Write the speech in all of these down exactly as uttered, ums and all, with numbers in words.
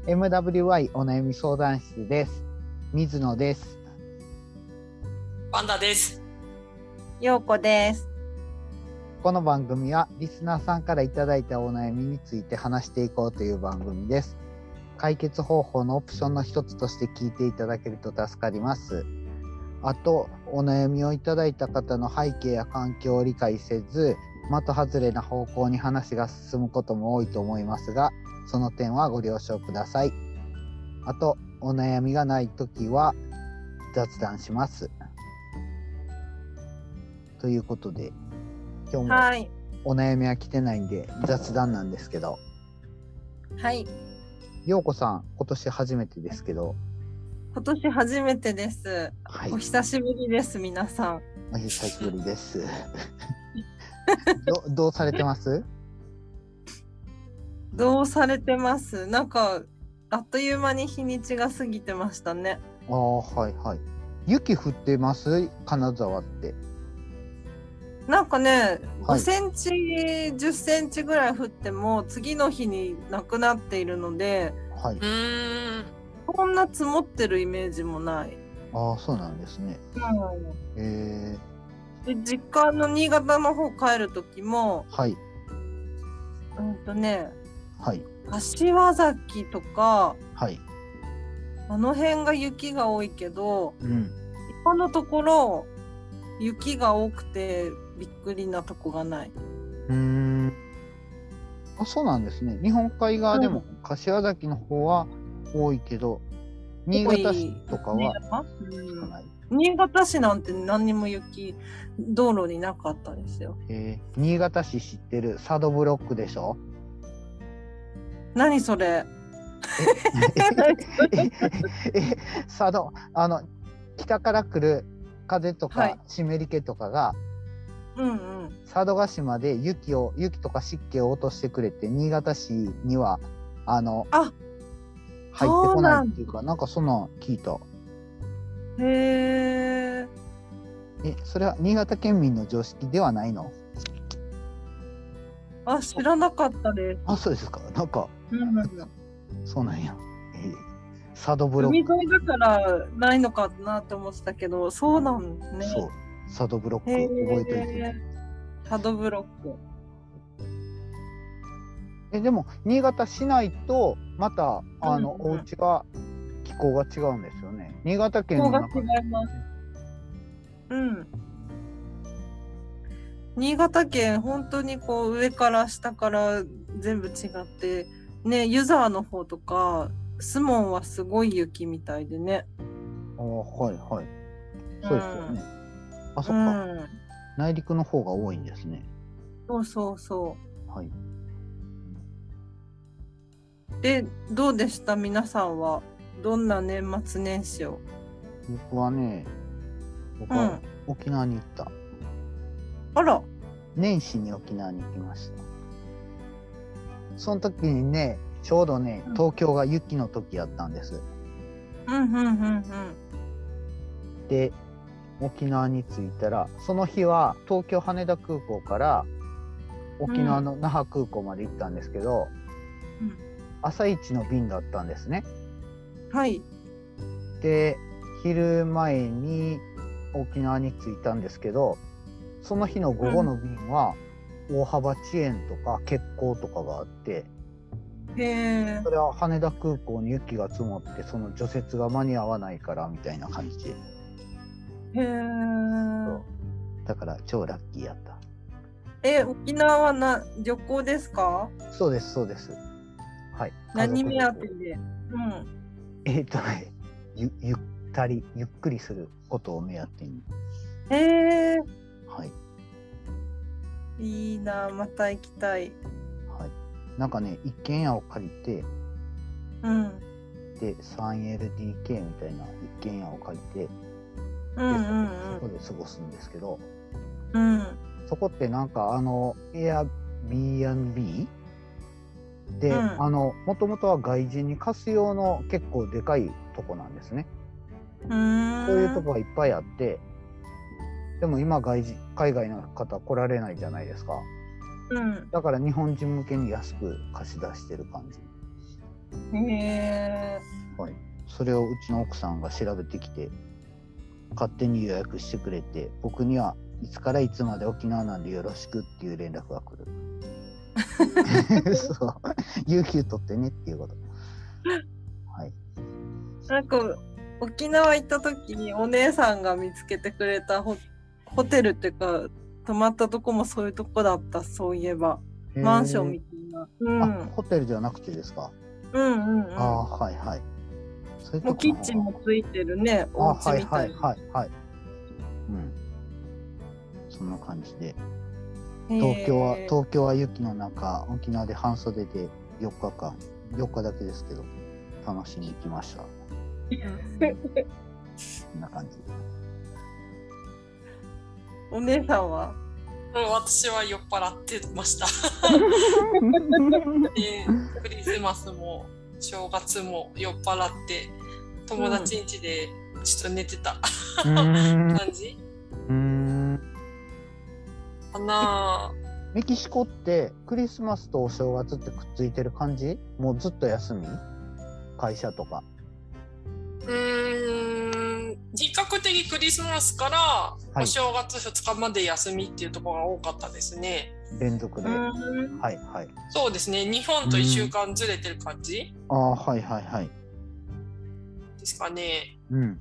エムダブリューワイ お悩み相談室です。水野です。 パンダです。 ようこです。 この番組はリスナーさんからいただいたお悩みについて話していこうという番組です。解決方法のオプションの一つとして聞いていただけると助かります。あと、お悩みをいただいた方の背景や環境を理解せず、的外れな方向に話が進むことも多いと思いますが、その点はご了承ください。あと、お悩みがないときは雑談します。ということで、今日もお悩みは来てないんで雑談なんですけど。 はい。 ようこさん、今年初めてですけど。 今年初めてです。はい、お久しぶりです、皆さん。 お久しぶりです。ど, どうされてます？ どうされてます？なんかあっという間に日にちが過ぎてましたね。 ああ、はいはい。雪降ってます？金沢って。 なんかね、ごセンチ、じゅっセンチぐらい降っても次の日になくなっているので、 はい、 うーん、こんな積もってるイメージもない。 ああ、そうなんですね。 うん、 えー、で実家の新潟の方帰る時も、 はい、 うんとね、 はい、 柏崎とか、 はい、 あの辺が雪が多いけど、 うん、 今のところ雪が多くてびっくりなとこがない。 うーん、あ、そうなんですね。日本海側でも柏崎の方は多いけど、うん、新潟市とかは少ない。 新潟市なんて何にも雪道路になかったですよ。 えー、新潟市知ってる佐渡ブロックでしょ？ 何それ？ ええ佐渡、あの北から来る風とか湿り気とかが、 うんうん、 佐渡島で雪を雪とか湿気を落としてくれて、新潟市にはあのあ入ってこないっていうか、なんかそんなん聞いた。 へー。 え、それは新潟県民の常識ではないの？ あ、知らなかったです。 あ、そうですか。なんか、 うん、 そうなんや。えー、佐渡ブロック。 海沿いだからないのかなって思ってたけど、そうなんですね。 そう、佐渡ブロック覚えといて。 佐渡ブロック。 え、でも新潟市内とまたあの、うんうん、お家が気候が違うんですよね。新潟県の中で。 気候が違います。うん。新潟県本当にこう上から下から全部違ってね、湯沢の方とか守門はすごい雪みたいでね。 ああ、はいはい。そうですよね。うん、あ、そっか、うん。内陸の方が多いんですね。 そうそうそう。 はい。 で、どうでした？皆さんはどんな年末年始を？ 僕はね、僕は沖縄に行った。 うん、あら。 年始に沖縄に行きました。その時にね、ちょうどね、東京が雪の時やったんです。 うんうんうんうん。 で、沖縄に着いたら、その日は東京羽田空港から沖縄の那覇空港まで行ったんですけど、うん、朝一の便だったんですね。 はい。 で、昼前に沖縄に着いたんですけど、その日の午後の便は大幅遅延とか欠航とかがあって、 へー。 それは羽田空港に雪が積もって、その除雪が間に合わないからみたいな感じで。 へー。 だから超ラッキーやった。 え、沖縄はな旅行ですか？ そうですそうです。はい。 何目当てで？うん。 えー、っとね、ゆゆったりゆっくりすることを目当てに。 へー。 はい。 いいな、また行きたい。 はい。なんかね、一軒家を借りて、 うん。 で スリーエルディーケー みたいな一軒家を借りて、 うんうんうん、 そこで過ごすんですけど、 うん、 そこってなんかあの Airbnb で、うん、あのもともとは外人に貸す用の結構でかいとこなんですね。 うーん、 そういうとこがいっぱいあって、でも今外人海外の方来られないじゃないですか。うん、だから日本人向けに安く貸し出してる感じ。 へー。 はい。それをうちの奥さんが調べてきて、勝手に予約してくれて、僕にはいつからいつまで沖縄なんでよろしくっていう連絡が来る。そう。有給取ってねっていうこと。はい。 なんか沖縄行った時にお姉さんが見つけてくれた ホ, ホテルっていうか泊まったとこもそういうとこだった。そういえばマンションみたいな、うん、 あ、ホテルじゃなくてですか？ うんうんうん。 ああ、はいはい。そういうとこもうキッチンもついてるね。おあ、はい家みたいな。 はいはいはい。うん。そんな感じで。東京は東京は雪の中、沖縄で半袖でよっかかん、よっかだけですけど楽しみに行きました。こんな感じ。 お姉さんは？ うん、私は酔っ払ってました。で、クリスマスも正月も酔っ払って友達ん家でちょっと寝てた、うん、感じうーんかな。 メキシコってクリスマスとお正月ってくっついてる感じ？もうずっと休み？会社とか。 うーん、比較的クリスマスからお正月ふつかまで休みっていうところが多かったですね。 連続で。はいはい。 そうですね。日本といっしゅうかんずれてる感じ？ ああ、はいはいはい。 ですかね。 うん。うん。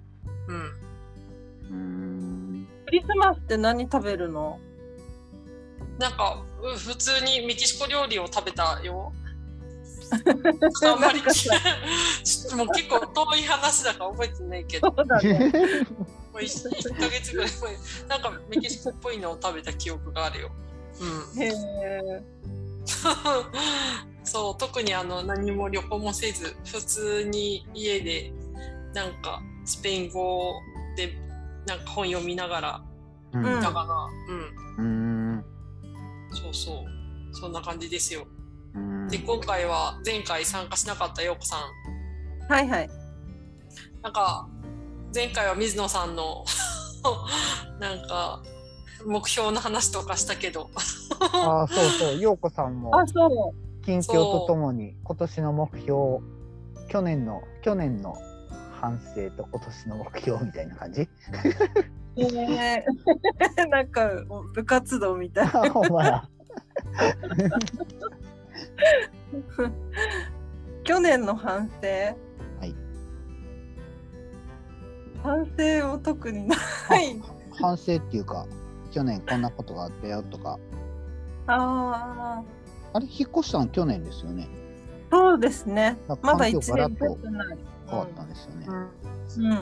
うーん。クリスマスって何食べるの？ なんか普通にメキシコ料理を食べたよ。あんまりもう結構遠い話だから覚えてないけど、そうだね、もう 1, いっかげつぐらい前なんかメキシコっぽいのを食べた記憶があるよ。うん、へーそう、特にあの何も旅行もせず普通に家でなんかスペイン語でなんか本読みながらいたかな。うん、うん、そうそう、そんな感じですよ。で、今回は前回参加しなかった陽子さん、 はいはい、 なんか前回は水野さんのなんか目標の話とかしたけどああ、そうそう、陽子さんも近況とともに今年の目標、去年の去年の反省と今年の目標みたいな感じえー、なんか部活動みたいなほんまや去年の反省、はい、反省も特にない。 反省っていうか、去年こんなことがあったよとか。ああ、あれ引っ越したの去年ですよね。 そうですね。まだいちねん経ってない。変わったんですよね。うん、うんうんうん。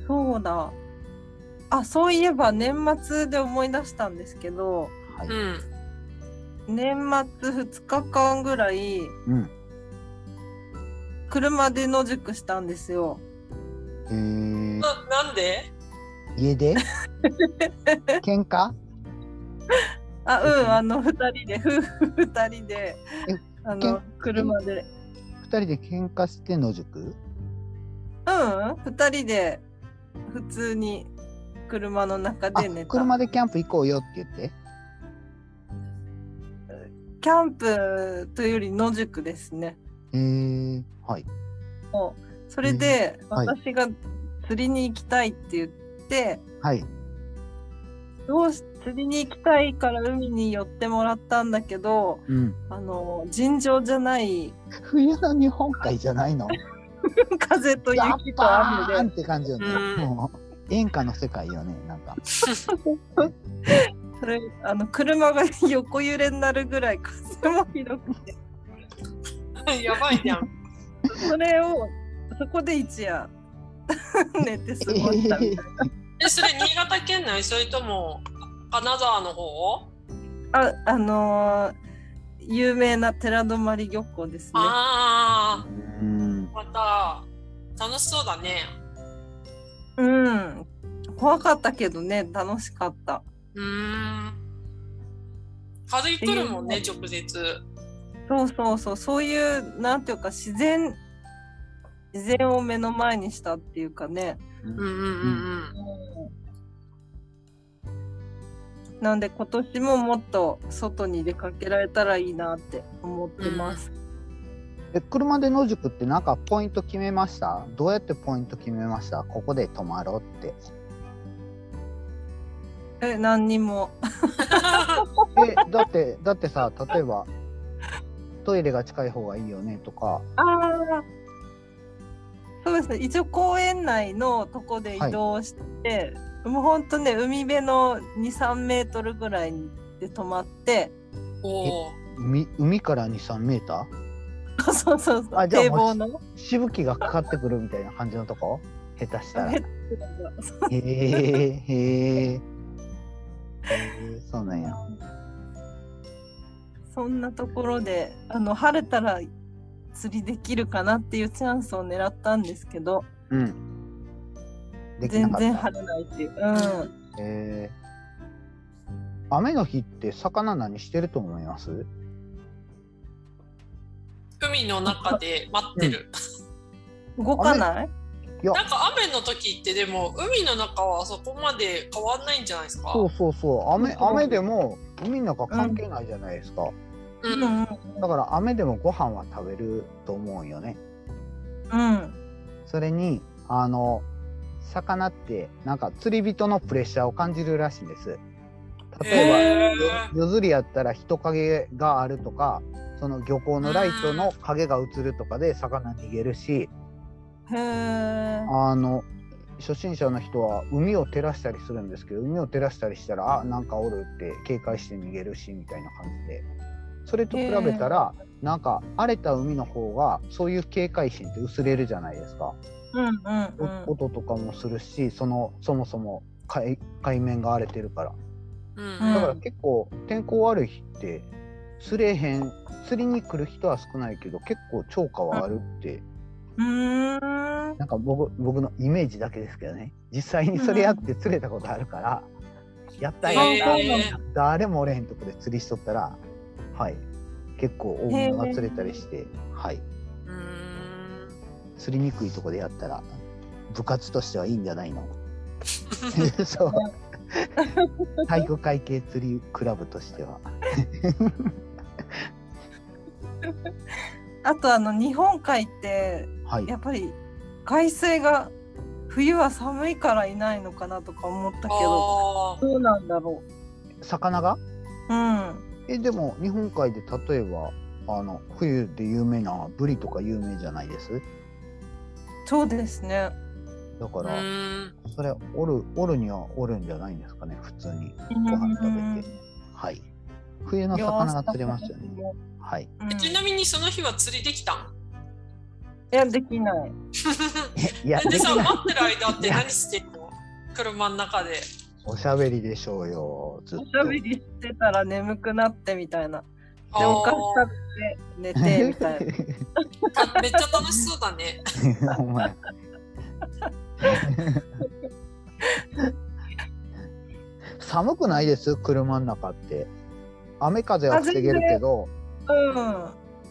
そうだ。あ、そういえば年末で思い出したんですけど、はい、うん、年末ふつかかんぐらい、うん、車で野宿したんですよ。 へー。 な、なんで？ 家で喧嘩？ あ、うん、あのふたりで夫婦ふたりであの車でふたりで喧嘩して野宿？うん、 ふたりで普通に車の中で寝た。 車でキャンプ行こうよって言って？ キャンプというより野宿ですね。 へー、はい。 それで私が釣りに行きたいって言って、はい、どうし釣りに行きたいから海に寄ってもらったんだけど、うん、あの尋常じゃない冬の日本海じゃないの風と雪と雨でザッパーンって感じよね。もう演歌の世界よね、なんかそれあの車が横揺れになるぐらい風もひどくてやばいじゃん。 それをそこで一夜寝て過ごしたみたいな。 え、それ新潟県内？それとも金沢の方？ あ、あのー、有名な寺泊漁港ですね。 ああ、また楽しそうだね。 うん、怖かったけどね、楽しかった。 うーん、風来るもんね、直接。 そうそうそう、そういうなんていうか自然自然を目の前にしたっていうかね。うんうんうんうん。 なんで今年ももっと外に出かけられたらいいなって思ってます。 うん、え車で野宿ってなんかポイント決めました？どうやってポイント決めました？ここで泊まろうって。 え、何にも。 え、だってだってさ、例えばトイレが近い方がいいよねとか。 ああ、そうですね。一応公園内のとこで移動して、はい、もうほんとね、海辺のに、さんメートルぐらいで泊まって。 お海, 海からに、さんメーターそうそうそう。 あ、じゃあもうのしぶきがかかってくるみたいな感じのとこ？下手したら。へえへえ。そうなんや。 そんなところであの晴れたら釣りできるかなっていうチャンスを狙ったんですけど、 うん、 全然晴れないっていう。うん、 えー、雨の日って魚何してると思います？ 海の中で待ってる。 うん、動かない？ いやなんか雨の時ってでも海の中はそこまで変わんないんじゃないですか？ そうそうそう、雨雨でも海の中関係ないじゃないですか。 うん、 だから雨でもご飯は食べると思うよね。 うん。 それにあの魚ってなんか釣り人のプレッシャーを感じるらしいんです。例えば夜釣りやったら人影があるとか、その漁港のライトの影が映るとかで魚逃げるし、 へー、 あの初心者の人は海を照らしたりするんですけど、海を照らしたりしたらあなんかおるって警戒して逃げるしみたいな感じで、それと比べたらなんか荒れた海の方がそういう警戒心って薄れるじゃないですか。 うんうんうん、 音とかもするし、そのそもそも 海, 海面が荒れてるから、 うん、 だから結構天候悪い日って釣れへん、釣りに来る人は少ないけど結構釣果はあるって、 うん、 なんか 僕, 僕のイメージだけですけどね、実際にそれやって釣れたことあるから、うん、やったやった、えー、誰もおれへんとこで釣りしとったら、はい、結構大物が釣れたりして、はい、 うーん、 釣りにくいとこでやったら部活としてはいいんじゃないの？そう体育会系釣りクラブとしては。 あとあの日本海って、はい、やっぱり海水が冬は寒いからいないのかなとか思ったけど、どうなんだろう。魚が？ うん。 えでも日本海で例えばあの冬で有名なブリとか有名じゃないです？ そうですね。 だからそれおるおるにはおるんじゃないんですかね、普通にご飯食べて。はい。冬の魚が釣れますよね。はい。 えちなみにその日は釣りできたん？ いやできない。 いやでさ、待ってる間って何してんの？車の中で。 おしゃべりでしょうよ。ずっとおしゃべりしてたら眠くなってみたいな。でお菓子食べて寝てみたいな。めっちゃ楽しそうだね。お前寒くないです？車の中って。雨風は防げるけど。 うん。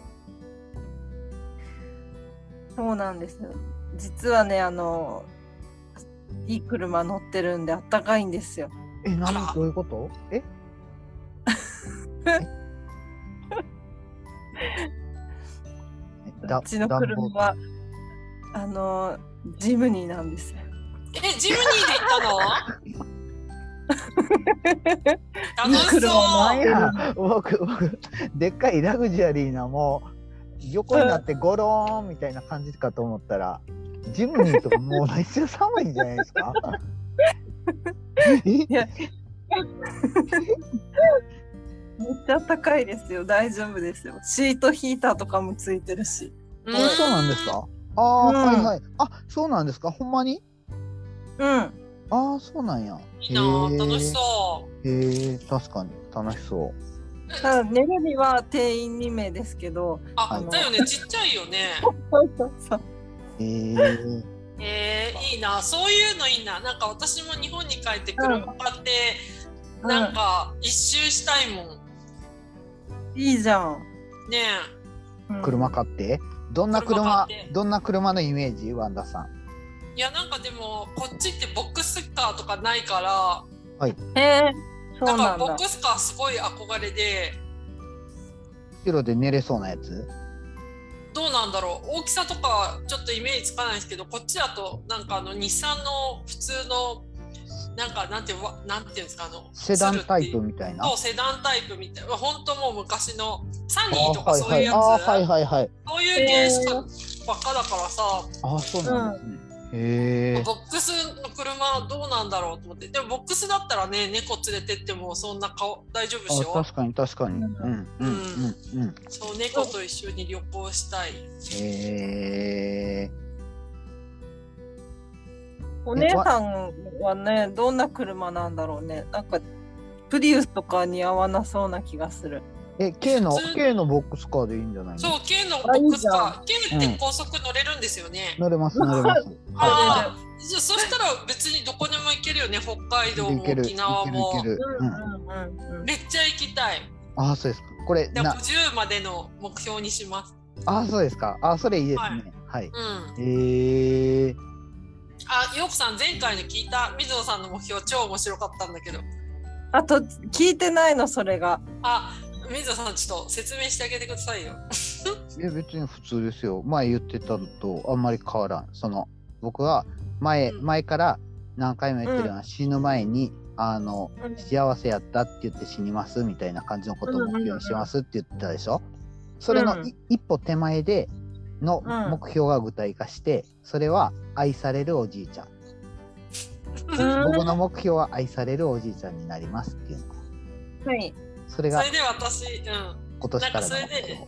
そうなんですよ。実はね、あのいい車乗ってるんであったかいんですよ。 え、何？どういうこと？え？ うちの車はあのジムニーなんですよ。 え、ジムニーで行ったの？楽しそう。僕僕でっかいラグジュアリーなもう横になってゴローンみたいな感じかと思ったら、ジムニーとかもうめっちゃ寒いんじゃないですか？ いやめっちゃ高いですよ。大丈夫ですよ。シートヒーターとかもついてるし。 え、そうなんですか？ああ、うん、はいはい。あ、そうなんですか？ほんまに？ うん。 ああ、そうなんや。 いいな、楽しそう。 へえ、確かに楽しそう。 ただ寝るには定員にめいですけど。 あ、だよね、ちっちゃいよね。 そうそうそう。 へえ。 えー、いいな、そういうのいいな。なんか私も日本に帰って車買って、うん、なんか一周したいもん。 いいじゃん。 ねえ、うん。車買って？どんな 車, 車どんな車のイメージ？ワンダさん。 いやなんかでもこっちってボックスカーとかないから。 はい。 へえ、 なんかボックスカーすごい憧れで。 後ろで寝れそうなやつ？ どうなんだろう、大きさとかちょっとイメージつかないですけど、こっちだとなんかあの日産の普通のなんかなんていうなんていうんですか、あのセダンタイプみたいな。 そう、セダンタイプみたいな、本当もう昔のサニーとかそういうやつ、 はいはいはい、 そういう系しかばっかだからさ。 あ、そうなんですね。うんへー。 ボックスの車どうなんだろうと思って。でもボックスだったらね、猫連れてってもそんな顔大丈夫でしょ。 あ、確かに確かに。うんうんうんうん。 そう、猫と一緒に旅行したい。 へー。 お姉さんはね、どんな車なんだろうね。なんかプリウスとか似合わなそうな気がする。 え、K の K のボックスカーでいいんじゃないの？ そう、K のボックスカー。K って高速乗れるんですよね。 うん、乗れます乗れます。 ああ、じゃあそしたら別にどこでも行けるよね。北海道も沖縄も。めっちゃ行きたい。 ああ、そうですか。これでもごじゅうまでの目標にします。 ああ、そうですか。ああ、それいいですね。はい。うん、へえ。 あ、ようこさん前回の聞いた水野さんの目標超面白かったんだけど。 あと聞いてないのそれが。 あ、水野さんちょっと説明してあげてくださいよ。 いや別に普通ですよ。前言ってたのとあんまり変わらん。その僕は前、うん、前から何回も言ってるような、うん、死ぬ前にあの、うん、幸せやったって言って死にますみたいな感じのことを目標にしますって言ってたでしょ。それの、うん、一歩手前での目標が具体化して、それは愛されるおじいちゃん。僕の目標は愛されるおじいちゃんになりますっていうの。 はい。 それがそれで私、うん、 今年からの目標。 それで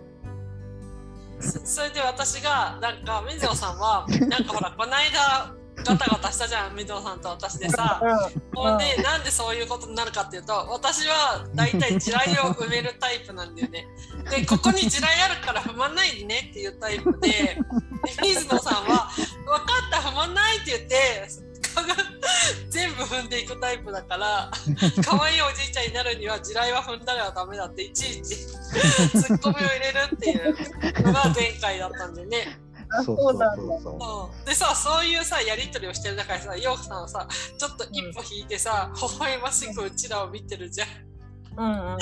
そ, それで私がなんか水野さんはなんかほらこの間ガタガタしたじゃん水野さんと私でさ。ほんでなんでそういうことになるかっていうと、私はだいたい地雷を埋めるタイプなんだよね。でここに地雷あるから踏まないでねっていうタイプで、で水野さんは分かった踏まないって言って全部踏んでいくタイプだから可愛いおじいちゃんになるには地雷は踏んだらダメだっていちいちツッコミを入れるっていうのが前回だったんでね。 そうそうそうそうでさ、そういうさやり取りをしてる中でさ、ヨークさんはさちょっと一歩引いてさ、微笑ましくうちらを見てるじゃん。うんうんうん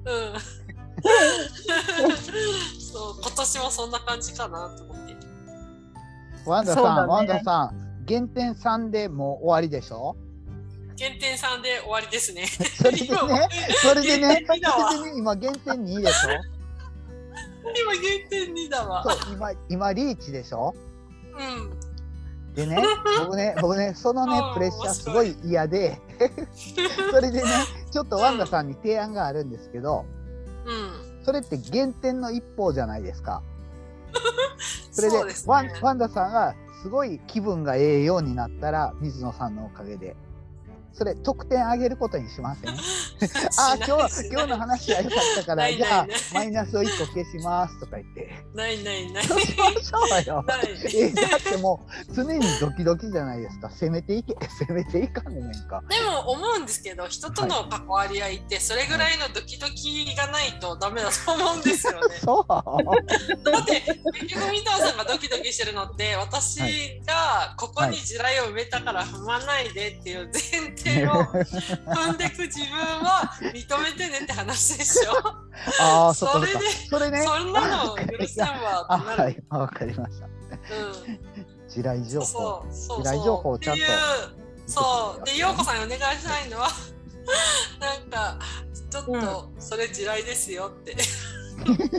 そう、今年もそんな感じかなと思って。 ワンダさん、ね、ワンダさん減点さんでもう終わりでしょ。 減点さんで終わりですね。 それでね、それでね、それでね、今減点にでしょ。 今減点にだわ。 そう、今今リーチでしょ。 うん。 でね、僕ね、僕ね、そのねプレッシャーすごい嫌で、それでね、ちょっとワンダさんに提案があるんですけど、 うん。 それって減点の一方じゃないですか。それで、 そうですね、 ワン、ワンダさんがすごい気分がええようになったら水野さんのおかげでそれ得点上げることにしません？あ、今日今日の話は良かったからじゃあマイナスをいっこ消しますとか言って。 ないないない。 そうそうよ。えだってもう常にドキドキじゃないですか。攻めていけ攻めていかんねんか。 でも思うんですけど、人との関わり合いってそれぐらいのドキドキがないとダメだと思うんですよね。 そう。 だって結局水野さんがドキドキしてるのって私がここに地雷を埋めたから踏まないでっていう前提を踏んでく自分は認めてねって話でしょ。 ああ、それでそれね、 そんなの許せんわってなる。 はい、わかりました。うん。地雷情報。 そうそうそう地雷情報をちゃんと。 そうで、陽子さんにお願いしたいのはなんかちょっとそれ地雷ですよって、うん、教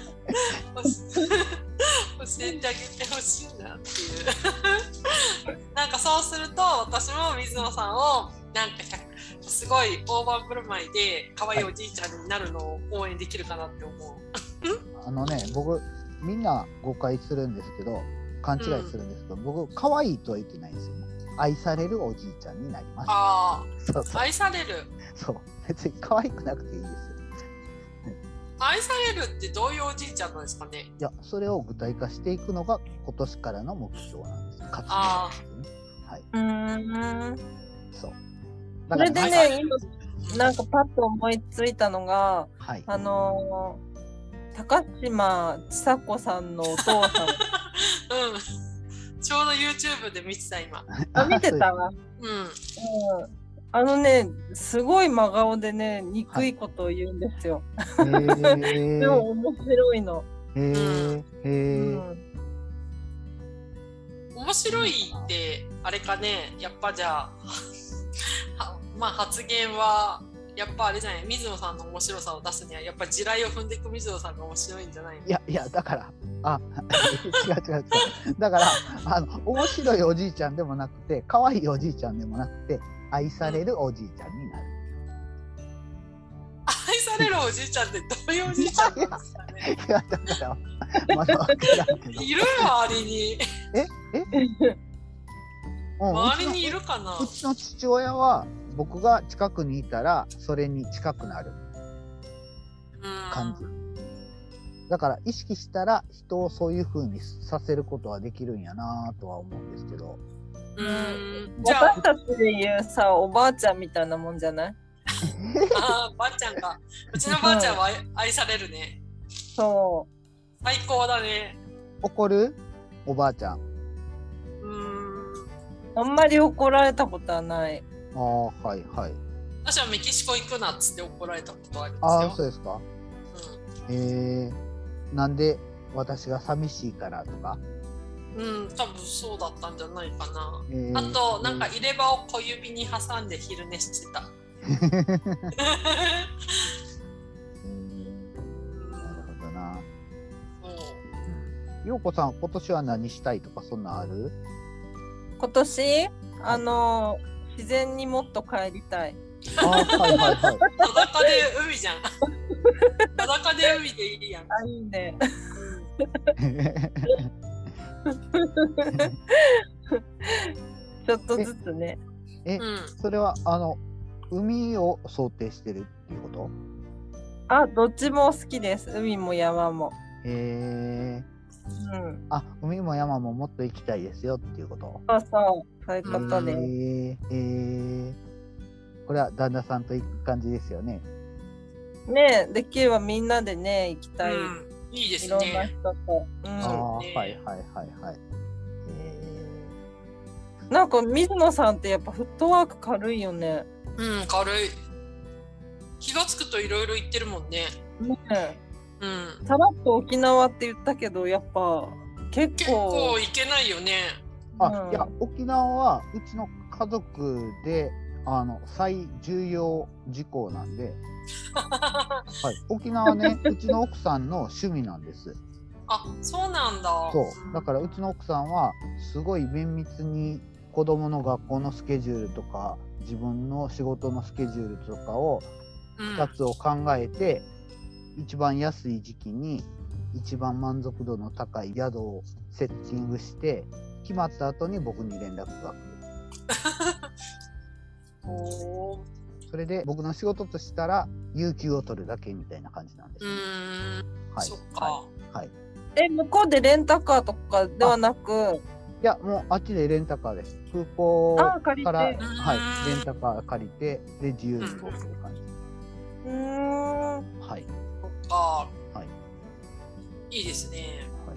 えてあげてほしいなっていうなんかそうすると私も水野さんをなんかすごい大盤振る舞いで可愛いおじいちゃんになるのを応援できるかなって思う。 あのね、僕みんな誤解するんですけど、勘違いするんですけど、うん、僕可愛いとは言ってないんですよね。愛されるおじいちゃんになります。 ああ、 そうそう、 愛される。 そう、別に可愛くなくていいですよ。 愛されるってどういうおじいちゃんなんですかね。 いや、それを具体化していくのが今年からの目標なんです。活動ですね。はい。 うーん。 そう。 それでね、今なんかパッと思いついたのが、 はい、 あのー、高島ちさ子さんのお父さん。うん。 ちょうど YouTube で見てた今。 あ、見てたわ。 うん。うん。 あのね、すごい真顔でね、憎いことを言うんですよ。はい、でも面白いの。 へーへー、うん、 面白いってあれかね、やっぱじゃあまあ発言はやっぱあれじゃない、水野さんの面白さを出すにはやっぱ地雷を踏んでいく水野さんが面白いんじゃないの？ いやいや、だからあ違う違う違うだからあの面白いおじいちゃんでもなくて可愛いおじいちゃんでもなくて愛されるおじいちゃんになる、 うん、愛されるおじいちゃんってどういうおじいちゃんなんですかね。いやだからまだ分からんけどいる周りにええ周りにいるかな。 うちの父親は僕が近くにいたらそれに近くなる感じ、うん、だから意識したら人をそういう風にさせることはできるんやなとは思うんですけど、 うん、じゃあ私たちで言うさおばあちゃんみたいなもんじゃない？ ああ、ばあちゃんがうちのばあちゃんは 愛, 愛されるね。 そう最高だね。 怒るおばあちゃん？ うーん、 あんまり怒られたことはない。 ああ、はいはい。 私はメキシコ行くなっつって怒られたことありますよ。 ああ、そうですか。 うん、 えー、なんで私が寂しいからとか？ うん、多分そうだったんじゃないかな。えー、あとなんか入れ歯を小指に挟んで昼寝してた。なるほどな。ようこさん、今年は何したいとかそんなんある？ 今年あの自然にもっと帰りたい。 あ、はいはいはい。裸で海じゃん。裸で海でいいやん。 あ、いいね。ちょっとずつね。 え、え、うん、それはあの海を想定してるっていうこと？ あ、どっちも好きです。海も山も。 へえ。うん、あ、海も山ももっと行きたいですよっていうこと？ そうそう、そういうことで。 えーえー、これは旦那さんと行く感じですよね。 ねえ、できればみんなでね行きたい。うん、 いいですね。 いろんな人と。 うん、ああ、はいはいはいはい。 えー、なんか水野さんってやっぱフットワーク軽いよね。 うん、軽い。気がつくといろいろ言ってるもんね。 ねえ。 うん、 さらっと沖縄って言ったけどやっぱ結構結構行けないよね。 あ、うん、いや沖縄はうちの家族であの最重要事項なんで、はい、沖縄ねうちの奥さんの趣味なんです。 あ、そうなんだ。 そうだからうちの奥さんはすごい綿密に子供の学校のスケジュールとか自分の仕事のスケジュールとかをふたつを考えて、うん、一番安い時期に一番満足度の高い宿をセッティングして決まった後に僕に連絡が来る。 おそれで僕の仕事としたら有給を取るだけみたいな感じなんです、 ね。うーん、はい、 そっか、 はいはい、 え、向こうでレンタカーとかではなく、 いやもうあっちでレンタカーです。空港から、はい、レンタカー借りてで自由に動ける感じ。 うーん、 はい。 そっか、はい。 いいですね。 はい。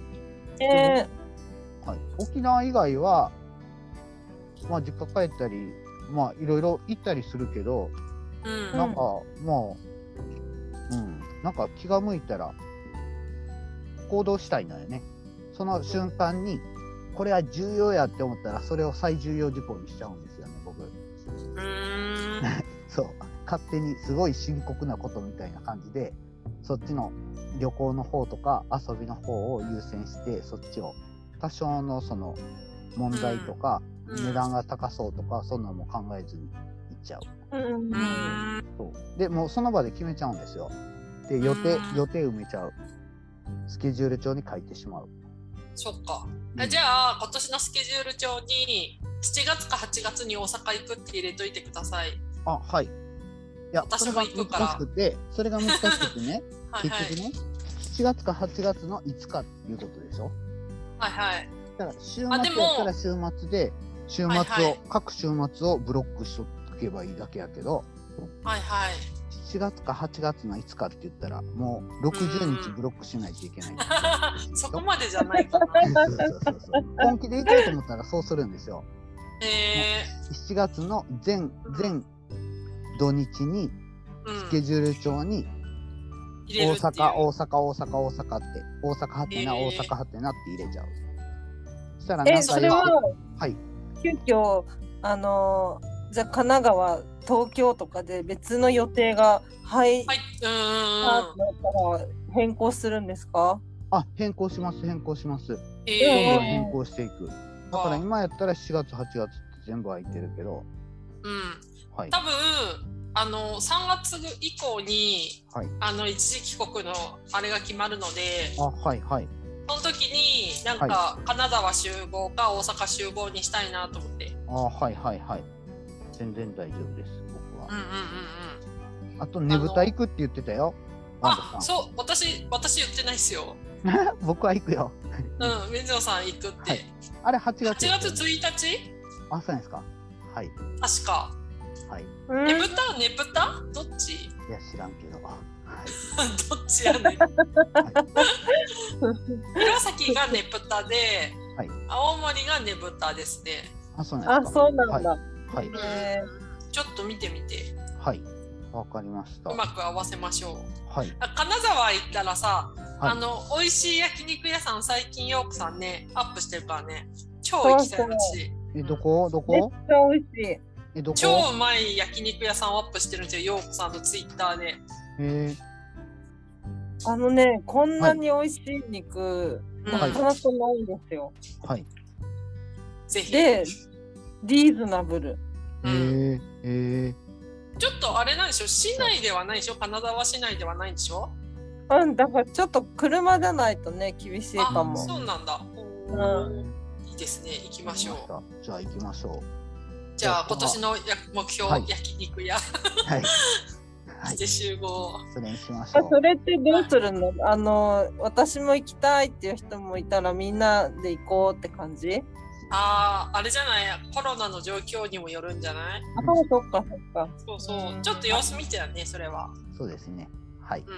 えー、はい。沖縄以外はまあ実家帰ったりまあいろいろ行ったりするけど、うん、なんかまあうんなんか気が向いたら行動したいのよね。その瞬間にこれは重要やって思ったらそれを最重要事項にしちゃうんですよね僕。うーんそう勝手にすごい深刻なことみたいな感じでそっちの旅行の方とか遊びの方を優先してそっちを多少のその問題とか、うん、値段が高そうとか、うん、そんなのも考えずに行っちゃう、 うん、 そうでもうその場で決めちゃうんですよ。で予定、うん、予定埋めちゃう。スケジュール帳に書いてしまう。 そっか、うん、じゃあ今年のスケジュール帳にしちがつかはちがつに大阪行くって入れといてください。 あ、はい。いや私も行くから。 それが難しくて、それが難しくてねはい、はい、結局ねしちがつかはちがつのいつかっていうことでしょ。 はいはい。 だから週末やったら週末で週末を、はいはい、各週末をブロックしとけばいいだけやけど、 はいはい、 しちがつかはちがつのいつかって言ったらもうろくじゅうにちブロックしないといけない。 そこまでじゃないかな。 そうそうそうそう。本気で行こうと思ったらそうするんですよ。 へー、しちがつの全全土日にスケジュール帳に大阪、大阪、大阪、大阪って、大阪はてな、大阪はてなって入れちゃう。そしたらなんか、 え、それは、 はい、 急遽、あのー、じゃあ神奈川、東京とかで別の予定が入ったら変更するんですか？ あ、変更します、変更します。 えー、 どんどん変更していく。だから今やったらしがつ、はちがつって全部空いてるけど、 うん、はい、多分あのさんがつ以降に、はい、あの一時帰国のあれが決まるので、 あ、はいはい、 その時になんか、はい、金沢集合か大阪集合にしたいなと思って。 あ、はいはいはい、全然大丈夫です、僕は。 うんうんうんうん。 あとねぶた行くって言ってたよ。 あ、そう、私私言ってないですよ。 僕は行くよ。 うん、水野さん行くって。はい、 あれはちがつ、 ね。はちがつついたち？ あ、そうですか。はい。 確か。 はい。 ねぶたねぶたどっち？いや知らんけど。はい。 どっちやねん。はい、弘前がねぶたで、はい、青森がねぶたですね。 あ、そうなんですか。 あ、そうなんだ。はい。 はい、 えー、ちょっと見てみて。 はい。わかりました。 うまく合わせましょう。 はい。 金沢行ったらさ、はい、あの美味しい焼肉屋さん最近ヨークさんねアップしてるからね。超行きたいし。 え、どこどこ？ めっちゃ美味しい。 え、どこ？ 超うまい焼肉屋さんをアップしてるんですよ、ヨークさんのツイッターで。へえ。 あのね、こんなに美味しい肉、はい、なかなかないんですよ。 はい。 ぜひ。 で、リーズナブル。 へえ。へえ。 ちょっとあれなんでしょ、市内ではないでしょ、金沢市内ではないんでしょ。 うん、だからちょっと車じゃないとね厳しいかも。 あ、そうなんだ。 うん、 いいですね、行きましょう。じゃあ行きましょう。 じゃあ今年の目標、はい、焼肉屋。はい。して集合。 それにしましょう。 それってどうするの？あの私も行きたいっていう人もいたらみんなで行こうって感じ？ ああ、あれじゃない、コロナの状況にもよるんじゃない？ あ、そう、そっかそっか。 そうそう、ちょっと様子見てやね、それは。 そうですね。はい。うん。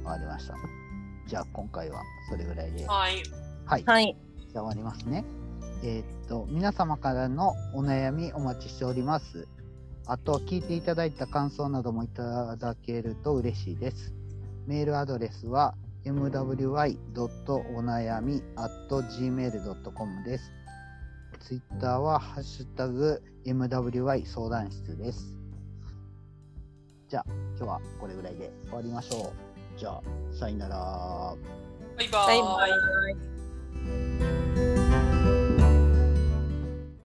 わかりました。じゃあ今回はそれぐらいで。 はい。 はい。 はい。 じゃあ終わりますね。えー、っと皆様からのお悩みお待ちしております。あと聞いていただいた感想などもいただけると嬉しいです。メールアドレスは エムダブリューワイドットおなやみアットジーメールドットコム です。ツイッターはハッシュタグ エムダブリューワイ 相談室です。じゃあ今日はこれぐらいで終わりましょう。じゃあさよなら。 バイバイ。 バイバイ。